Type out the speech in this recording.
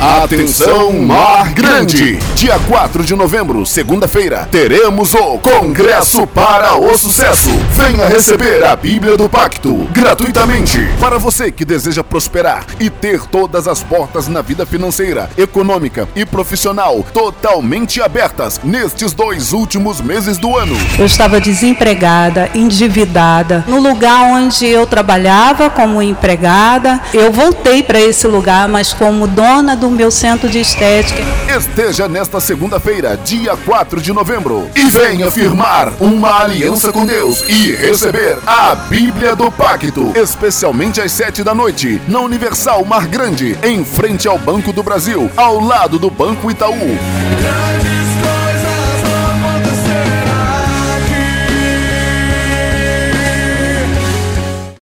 Atenção, Mar Grande! Dia 4 de novembro, segunda-feira, teremos o Congresso para o Sucesso. Venha receber a Bíblia do Pacto gratuitamente. Para você que deseja prosperar e ter todas as portas na vida financeira, econômica e profissional totalmente abertas nestes 2 últimos meses do ano. Eu estava desempregada, endividada. No lugar onde eu trabalhava como empregada, eu voltei para esse lugar, mas como dona do meu centro de estética. Esteja nesta segunda-feira, dia 4 de novembro, e venha firmar uma aliança com Deus e receber a Bíblia do Pacto, especialmente às 7 da noite, na Universal Mar Grande, em frente ao Banco do Brasil, ao lado do Banco Itaú.